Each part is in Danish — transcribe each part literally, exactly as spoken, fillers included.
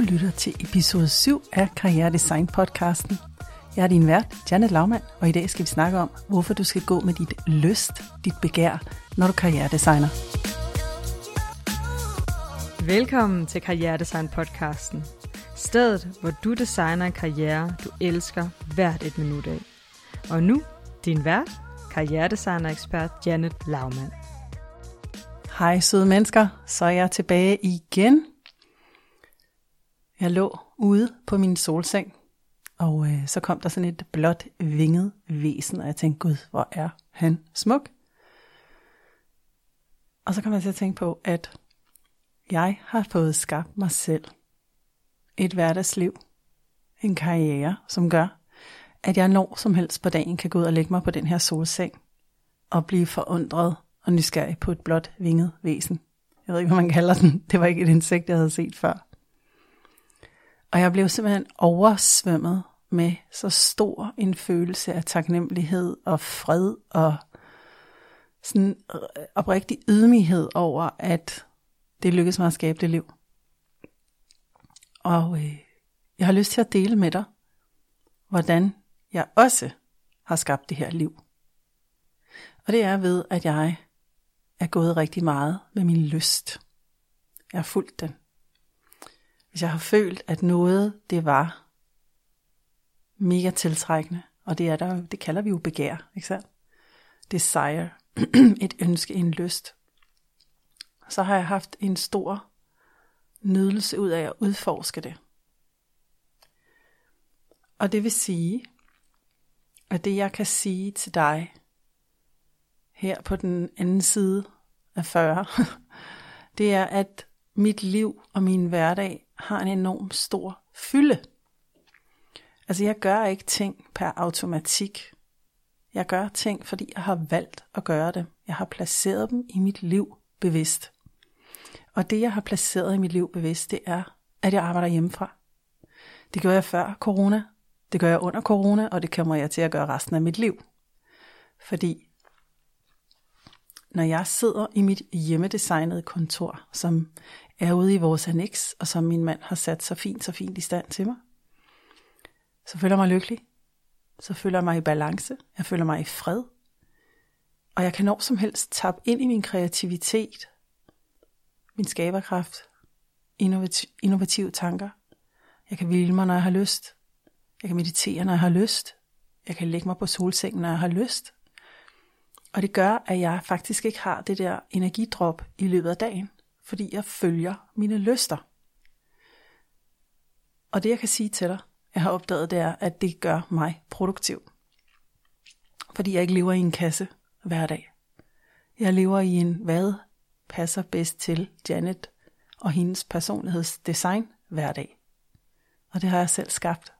lytter til episode syv af Karrieredesign podcasten. Jeg er din vært, Janet Laumann, og i dag skal vi snakke om, hvorfor du skal gå med dit lyst, dit begær, når du karrieredesigner. Velkommen til Karrieredesign podcasten. Stedet, hvor du designer en karriere, du elsker hvert et minut af. Og nu, din vært, karrieredesigner-ekspert Janet Laumann. Hej søde mennesker, så er jeg tilbage igen. Jeg lå ude på min solseng, og øh, så kom der sådan et blåt vinget væsen, og jeg tænkte, gud, hvor er han smuk. Og så kom jeg til at tænke på, at jeg har fået skabt mig selv et hverdagsliv, en karriere, som gør, at jeg når som helst på dagen kan gå ud og lægge mig på den her solseng, og blive forundret og nysgerrig på et blåt vinget væsen. Jeg ved ikke, hvad man kalder den. Det var ikke et insekt, jeg havde set før. Og jeg blev simpelthen oversvømmet med så stor en følelse af taknemmelighed og fred og sådan oprigtig ydmyghed over, at det lykkedes mig at skabe det liv. Og øh, jeg har lyst til at dele med dig, hvordan jeg også har skabt det her liv. Og det er ved, at jeg er gået rigtig meget med min lyst. Jeg har fulgt den. Hvis jeg har følt, at noget, det var mega tiltrækkende, og det er der, det kalder vi jo begær, ikke sandt? Desire, et ønske, en lyst. Så har jeg haft en stor nydelse ud af at udforske det. Og det vil sige, at det jeg kan sige til dig, her på den anden side af fyrre, det er, at mit liv og min hverdag har en enorm stor fylde. Altså jeg gør ikke ting per automatik. Jeg gør ting, fordi jeg har valgt at gøre det. Jeg har placeret dem i mit liv bevidst. Og det jeg har placeret i mit liv bevidst, det er, at jeg arbejder hjemmefra. Det gør jeg før corona, det gør jeg under corona, og det kommer jeg til at gøre resten af mit liv. Fordi når jeg sidder i mit hjemmedesignede kontor, som er ude i vores annex, og som min mand har sat så fint, så fint i stand til mig, så føler jeg mig lykkelig. Så føler jeg mig i balance. Jeg føler mig i fred. Og jeg kan når som helst tappe ind i min kreativitet, min skaberkraft, innovative, innovative tanker. Jeg kan hvile mig, når jeg har lyst. Jeg kan meditere, når jeg har lyst. Jeg kan lægge mig på solsengen, når jeg har lyst. Og det gør, at jeg faktisk ikke har det der energidrop i løbet af dagen, fordi jeg følger mine lyster. Og det jeg kan sige til dig, jeg har opdaget, det er, at det gør mig produktiv. Fordi jeg ikke lever i en kasse hver dag. Jeg lever i en, hvad passer bedst til Janet og hendes personlighedsdesign hver dag. Og det har jeg selv skabt.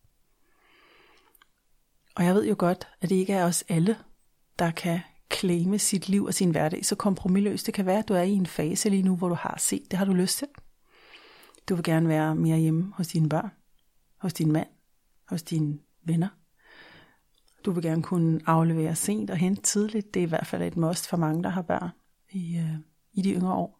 Og jeg ved jo godt, at det ikke er os alle, der kan claime sit liv og sin hverdag så kompromisløst. Det kan være, at du er i en fase lige nu, hvor du har set, det har du lyst til. Du vil gerne være mere hjemme hos dine børn, hos din mand, hos dine venner. Du vil gerne kunne aflevere sent og hente tidligt. Det er i hvert fald et must for mange, der har børn i, øh, i de yngre år.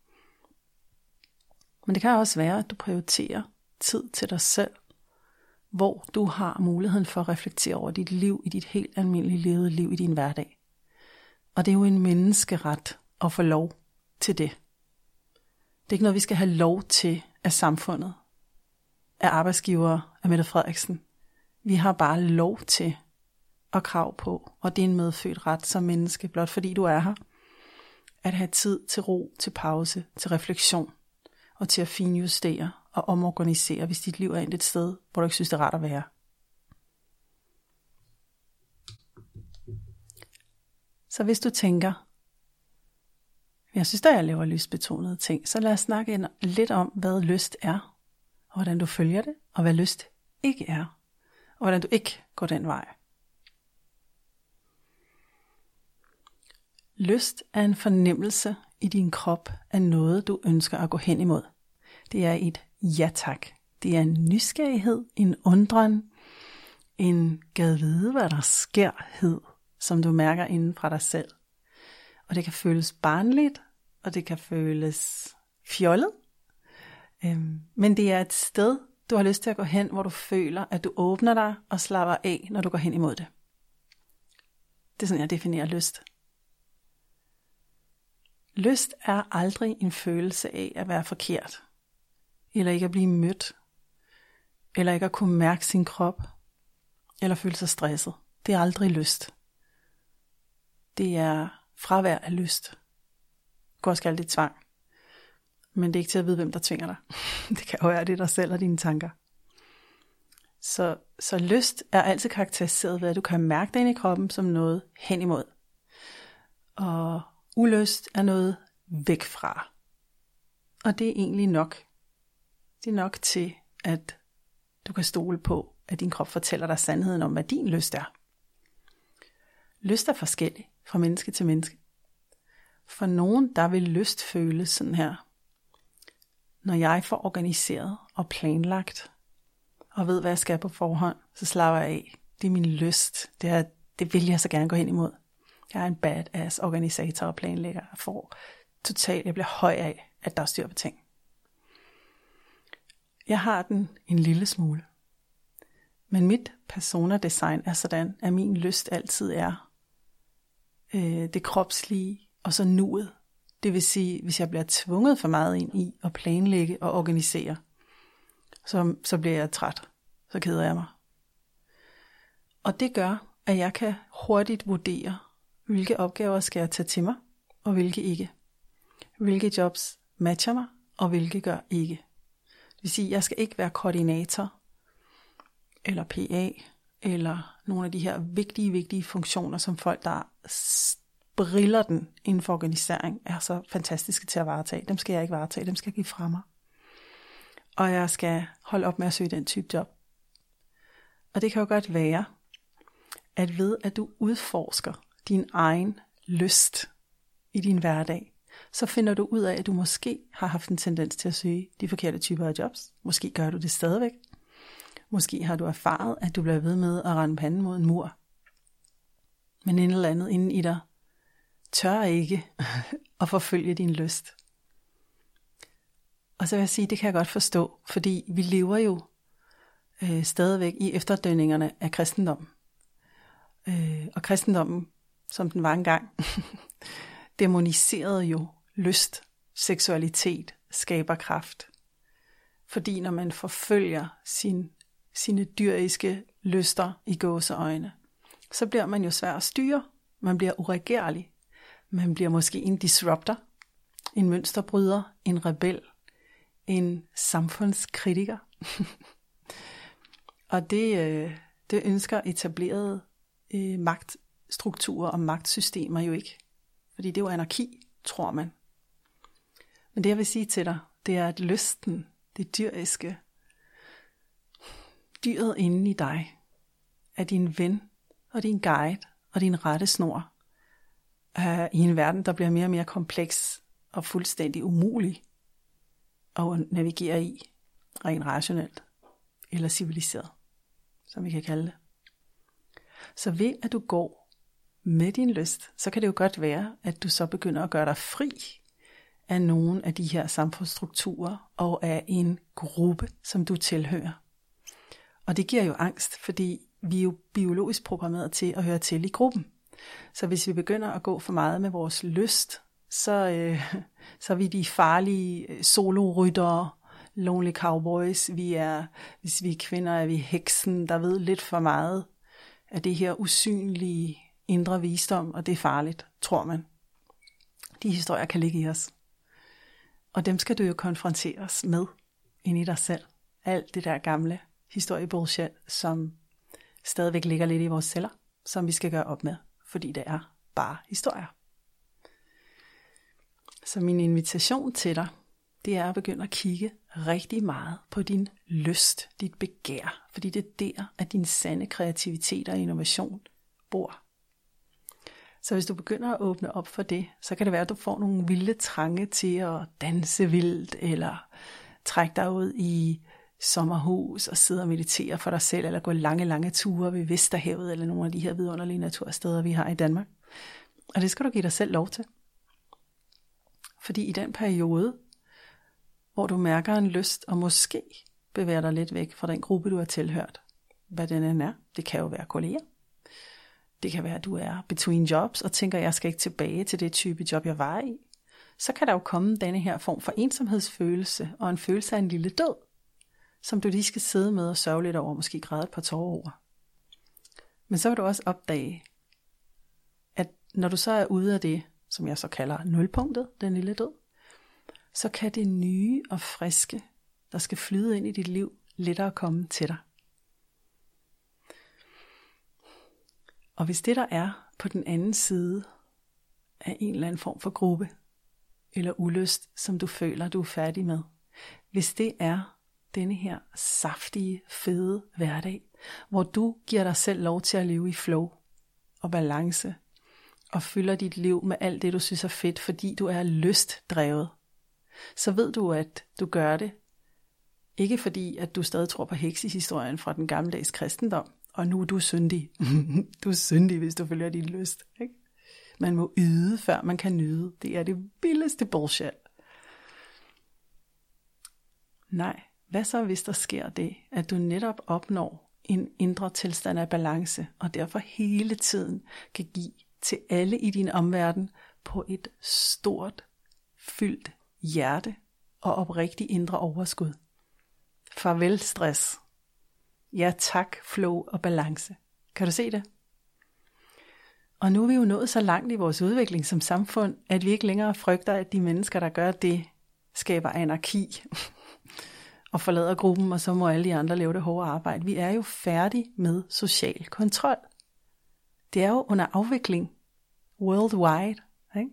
Men det kan også være, at du prioriterer tid til dig selv, hvor du har muligheden for at reflektere over dit liv i dit helt almindelige levede liv i din hverdag. Og det er jo en menneskeret at få lov til det. Det er ikke noget, vi skal have lov til af samfundet, af arbejdsgivere, af Mette Frederiksen. Vi har bare lov til at krav på, og det er en medfødt ret som menneske, blot fordi du er her, at have tid til ro, til pause, til refleksion, og til at finjustere og omorganisere, hvis dit liv er endt et sted, hvor du ikke synes, det er rart at være. Så hvis du tænker, jeg synes, at jeg laver lystbetonede ting, så lad os snakke lidt om, hvad lyst er, og hvordan du følger det, og hvad lyst ikke er, og hvordan du ikke går den vej. Lyst er en fornemmelse i din krop af noget, du ønsker at gå hen imod. Det er et ja tak. Det er en nysgerrighed, en undren, en gad vide, hvad der sker-hed, som du mærker inden fra dig selv. Og det kan føles barnligt, og det kan føles fjollet, Øhm, men det er et sted, du har lyst til at gå hen, hvor du føler, at du åbner dig og slapper af, når du går hen imod det. Det er sådan, jeg definerer lyst. Lyst er aldrig en følelse af at være forkert, eller ikke at blive mødt, eller ikke at kunne mærke sin krop, eller føle sig stresset. Det er aldrig lyst. Det er fravær af lyst. Du kan også kalde det tvang. Men det er ikke til at vide, hvem der tvinger dig. Det kan jo være det dig selv og dine tanker. Så, så lyst er altid karakteriseret ved, at du kan mærke det ind i kroppen som noget hen imod. Og ulyst er noget væk fra. Og det er egentlig nok. Det er nok til, at du kan stole på, at din krop fortæller dig sandheden om, hvad din lyst er. Lyst er forskellig fra menneske til menneske. For nogen, der vil lyst føles sådan her. Når jeg får organiseret og planlagt, og ved, hvad jeg skal på forhånd, så slapper jeg af. Det er min lyst. Det, er, det vil jeg så gerne gå hen imod. Jeg er en badass organisator og planlægger. Jeg får totalt, jeg bliver høj af, at der er styr på ting. Jeg har den en lille smule. Men mit persona-design er sådan, at min lyst altid er øh, det kropslige og så nuet. Det vil sige, hvis jeg bliver tvunget for meget ind i at planlægge og organisere, så, så bliver jeg træt. Så keder jeg mig. Og det gør, at jeg kan hurtigt vurdere, hvilke opgaver skal jeg tage til mig, og hvilke ikke. Hvilke jobs matcher mig, og hvilke gør ikke. Det vil sige, at jeg skal ikke være koordinator, eller P A, eller nogle af de her vigtige, vigtige funktioner, som folk, der briller den inden for organisering, er så fantastiske til at varetage. Dem skal jeg ikke varetage, dem skal jeg give fra mig. Og jeg skal holde op med at søge den type job. Og det kan jo godt være, at ved at du udforsker din egen lyst i din hverdag, så finder du ud af, at du måske har haft en tendens til at søge de forkerte typer af jobs. Måske gør du det stadigvæk. Måske har du erfaret, at du bliver ved med at rende panden mod en mur. Men en eller andet inden i dig tør ikke at forfølge din lyst. Og så vil jeg sige, det kan jeg godt forstå, fordi vi lever jo øh, stadigvæk i efterdønningerne af kristendommen. Øh, og kristendommen, som den var engang, dæmoniserede jo lyst, seksualitet, skaberkraft. Fordi når man forfølger sin, sine dyriske lyster i gåseøjne, så bliver man jo svær at styre. Man bliver uregerlig. Man bliver måske en disruptor, en mønsterbryder, en rebel, en samfundskritiker. Og det, det ønsker etablerede øh, magtstrukturer og magtsystemer jo ikke. Fordi det er jo anarki, tror man. Men det jeg vil sige til dig, det er, at lysten, det dyriske, dyret inde i dig, er din ven og din guide og din rettesnor uh, i en verden, der bliver mere og mere kompleks og fuldstændig umulig at navigere i, rent rationelt eller civiliseret, som vi kan kalde det. Så ved at du går med din lyst, så kan det jo godt være, at du så begynder at gøre dig fri af nogle af de her samfundsstrukturer og af en gruppe, som du tilhører. Og det giver jo angst, fordi vi er jo biologisk programmeret til at høre til i gruppen. Så hvis vi begynder at gå for meget med vores lyst, så, øh, så er vi de farlige soloryttere, lonely cowboys. Vi er, hvis vi er kvinder, er vi heksen, der ved lidt for meget af det her usynlige indre visdom, og det er farligt, tror man. De historier kan ligge i os. Og dem skal du jo konfronteres med inde i dig selv. Alt det der gamle historiebullshit, som stadigvæk ligger lidt i vores celler, som vi skal gøre op med, fordi det er bare historier. Så min invitation til dig, det er at begynde at kigge rigtig meget på din lyst, dit begær, fordi det er der, at din sande kreativitet og innovation bor. Så hvis du begynder at åbne op for det, så kan det være, at du får nogle vilde trange til at danse vildt, eller trække dig ud i sommerhus og sidde og meditere for dig selv, eller gå lange, lange ture ved Vesterhavet, eller nogle af de her vidunderlige natursteder, vi har i Danmark. Og det skal du give dig selv lov til. Fordi i den periode, hvor du mærker en lyst, og måske bevæger dig lidt væk fra den gruppe, du har tilhørt. Hvad den end er. Det kan jo være kolleger. Det kan være, at du er between jobs, og tænker, at jeg skal ikke tilbage til det type job, jeg var i. Så kan der jo komme denne her form for ensomhedsfølelse, og en følelse af en lille død, som du lige skal sidde med og sørge lidt over, måske græde et par tårer over. Men så vil du også opdage, at når du så er ude af det, som jeg så kalder nulpunktet, den lille død, så kan det nye og friske, der skal flyde ind i dit liv, lettere komme til dig. Og hvis det der er på den anden side af en eller anden form for gruppe, eller ulyst, som du føler, du er færdig med, hvis det er denne her saftige, fede hverdag, hvor du giver dig selv lov til at leve i flow og balance, og fylder dit liv med alt det, du synes er fedt, fordi du er lystdrevet, så ved du, at du gør det, ikke fordi, at du stadig tror på hekshistorien fra den gammeldags kristendom, og nu er du syndig. Du er syndig, hvis du følger din lyst. Ikke? Man må yde, før man kan nyde. Det er det vildeste bullshit. Nej, hvad så hvis der sker det, at du netop opnår en indre tilstand af balance, og derfor hele tiden kan give til alle i din omverden på et stort, fyldt hjerte og oprigtig indre overskud. Farvel stress. Ja tak, flow og balance. Kan du se det? Og nu er vi jo nået så langt i vores udvikling som samfund, at vi ikke længere frygter, at de mennesker, der gør det, skaber anarki og forlader gruppen, og så må alle de andre lave det hårde arbejde. Vi er jo færdige med social kontrol. Det er jo under afvikling worldwide. Ikke?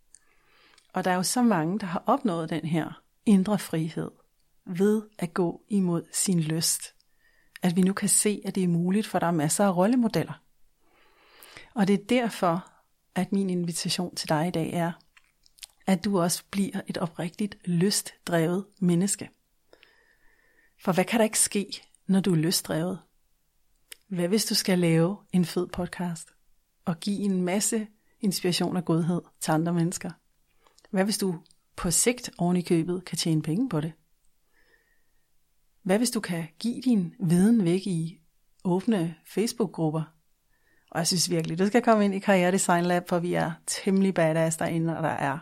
Og der er jo så mange, der har opnået den her indre frihed ved at gå imod sin lyst. At vi nu kan se, at det er muligt, for der er masser af rollemodeller. Og det er derfor, at min invitation til dig i dag er, at du også bliver et oprigtigt lystdrevet menneske. For hvad kan der ikke ske, når du er lystdrevet? Hvad hvis du skal lave en fed podcast og give en masse inspiration og godhed til andre mennesker? Hvad hvis du på sigt oven i købet kan tjene penge på det? Hvad hvis du kan give din viden væk i åbne Facebook-grupper? Og jeg synes virkelig, du skal komme ind i Karriere Design Lab, for vi er temmelig badass derinde, og der er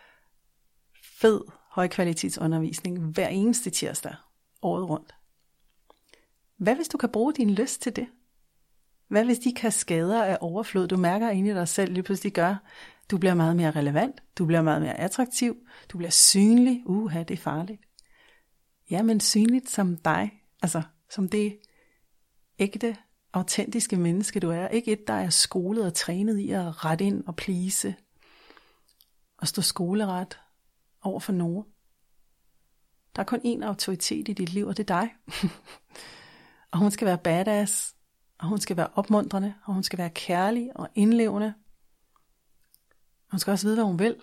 fed, højkvalitetsundervisning hver eneste tirsdag, året rundt. Hvad hvis du kan bruge din lyst til det? Hvad hvis de kaskader af overflod, du mærker inde i dig selv, lige pludselig gør, du bliver meget mere relevant, du bliver meget mere attraktiv, du bliver synlig, uha, det er farligt. Ja, men synligt som dig, altså som det ægte, autentiske menneske du er, ikke et, der er skolet og trænet i at rette ind og please, og stå skoleret over for nogen. Der er kun én autoritet i dit liv, og det er dig. Og hun skal være badass, og hun skal være opmuntrende, og hun skal være kærlig og indlevende. Hun skal også vide, hvad hun vil.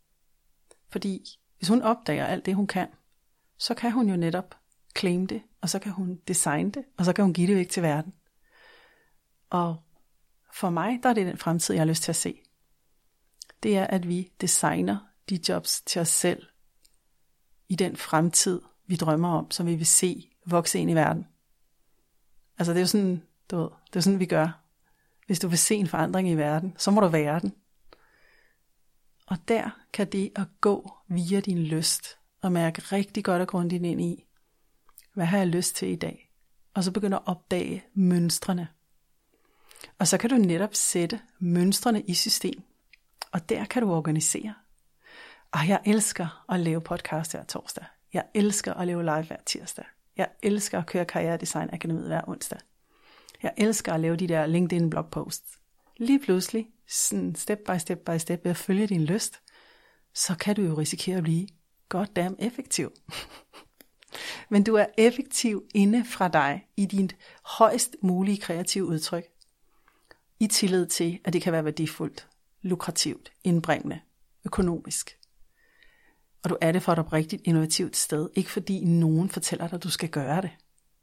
Fordi hvis hun opdager alt det, hun kan, så kan hun jo netop claim det, og så kan hun designe det, og så kan hun give det væk til verden. Og for mig, der er det den fremtid, jeg har lyst til at se. Det er, at vi designer de jobs til os selv, i den fremtid, vi drømmer om, som vi vil se vokse ind i verden. Altså det er jo sådan, du ved, det er sådan, vi gør. Hvis du vil se en forandring i verden, så må du være den. Og der kan det at gå via din lyst, og mærke rigtig godt og grundigt ind i, hvad har jeg lyst til i dag? Og så begynde at opdage mønstrene. Og så kan du netop sætte mønstrene i system. Og der kan du organisere. Og jeg elsker at lave podcast hver torsdag. Jeg elsker at lave live hver tirsdag. Jeg elsker at køre Karriere Design Akademiet hver onsdag. Jeg elsker at lave de der LinkedIn blogposts. Lige pludselig, sådan step by step by step, ved at følge din lyst, så kan du jo risikere at blive goddamn effektiv. Men du er effektiv inde fra dig i dit højst mulige kreative udtryk. I tillid til, at det kan være værdifuldt, lukrativt, indbringende, økonomisk. Og du er det for et oprigtigt innovativt sted, ikke fordi nogen fortæller dig, at du skal gøre det.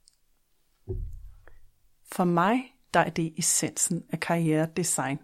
For mig, der er det essensen af karrieredesign.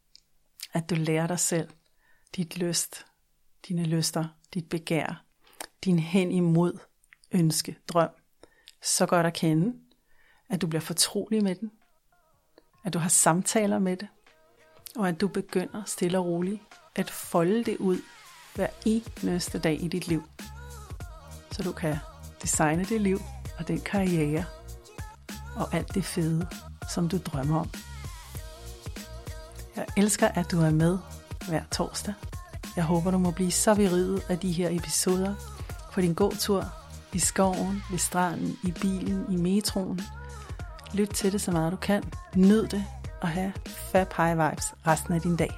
At du lærer dig selv, dit lyst, dine lyster, dit begær, din hen imod ønske, drøm, så godt at kende, at du bliver fortrolig med den, at du har samtaler med det, og at du begynder stille og roligt at folde det ud hver eneste dag i dit liv, så du kan designe det liv og den karriere og alt det fede, som du drømmer om. Jeg elsker, at du er med hver torsdag. Jeg håber, du må blive så beriget af de her episoder på din gåtur, i skoven, ved stranden, i bilen, i metroen. Lyt til det så meget du kan. Nyd det og have fab high vibes resten af din dag.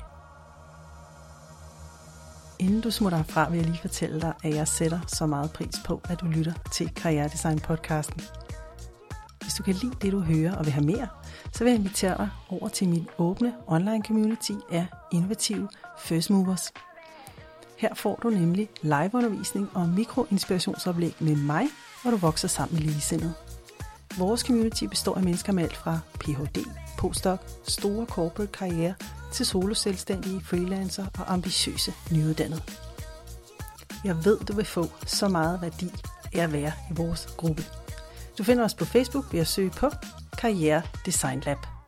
Inden du smutter herfra, vil jeg lige fortælle dig, at jeg sætter så meget pris på, at du lytter til Karrieredesign podcasten. Hvis du kan lide det, du hører og vil have mere, så vil jeg invitere dig over til min åbne online community af innovative first movers. Her får du nemlig liveundervisning og mikroinspirationsoplæg med mig, hvor du vokser sammen med ligesindede. Vores community består af mennesker med alt fra P H D, postdoc, store corporate karriere til soloselvstændige, freelancer og ambitiøse nyuddannede. Jeg ved, du vil få så meget værdi af at være i vores gruppe. Du finder os på Facebook ved at søge på Karriere Design Lab.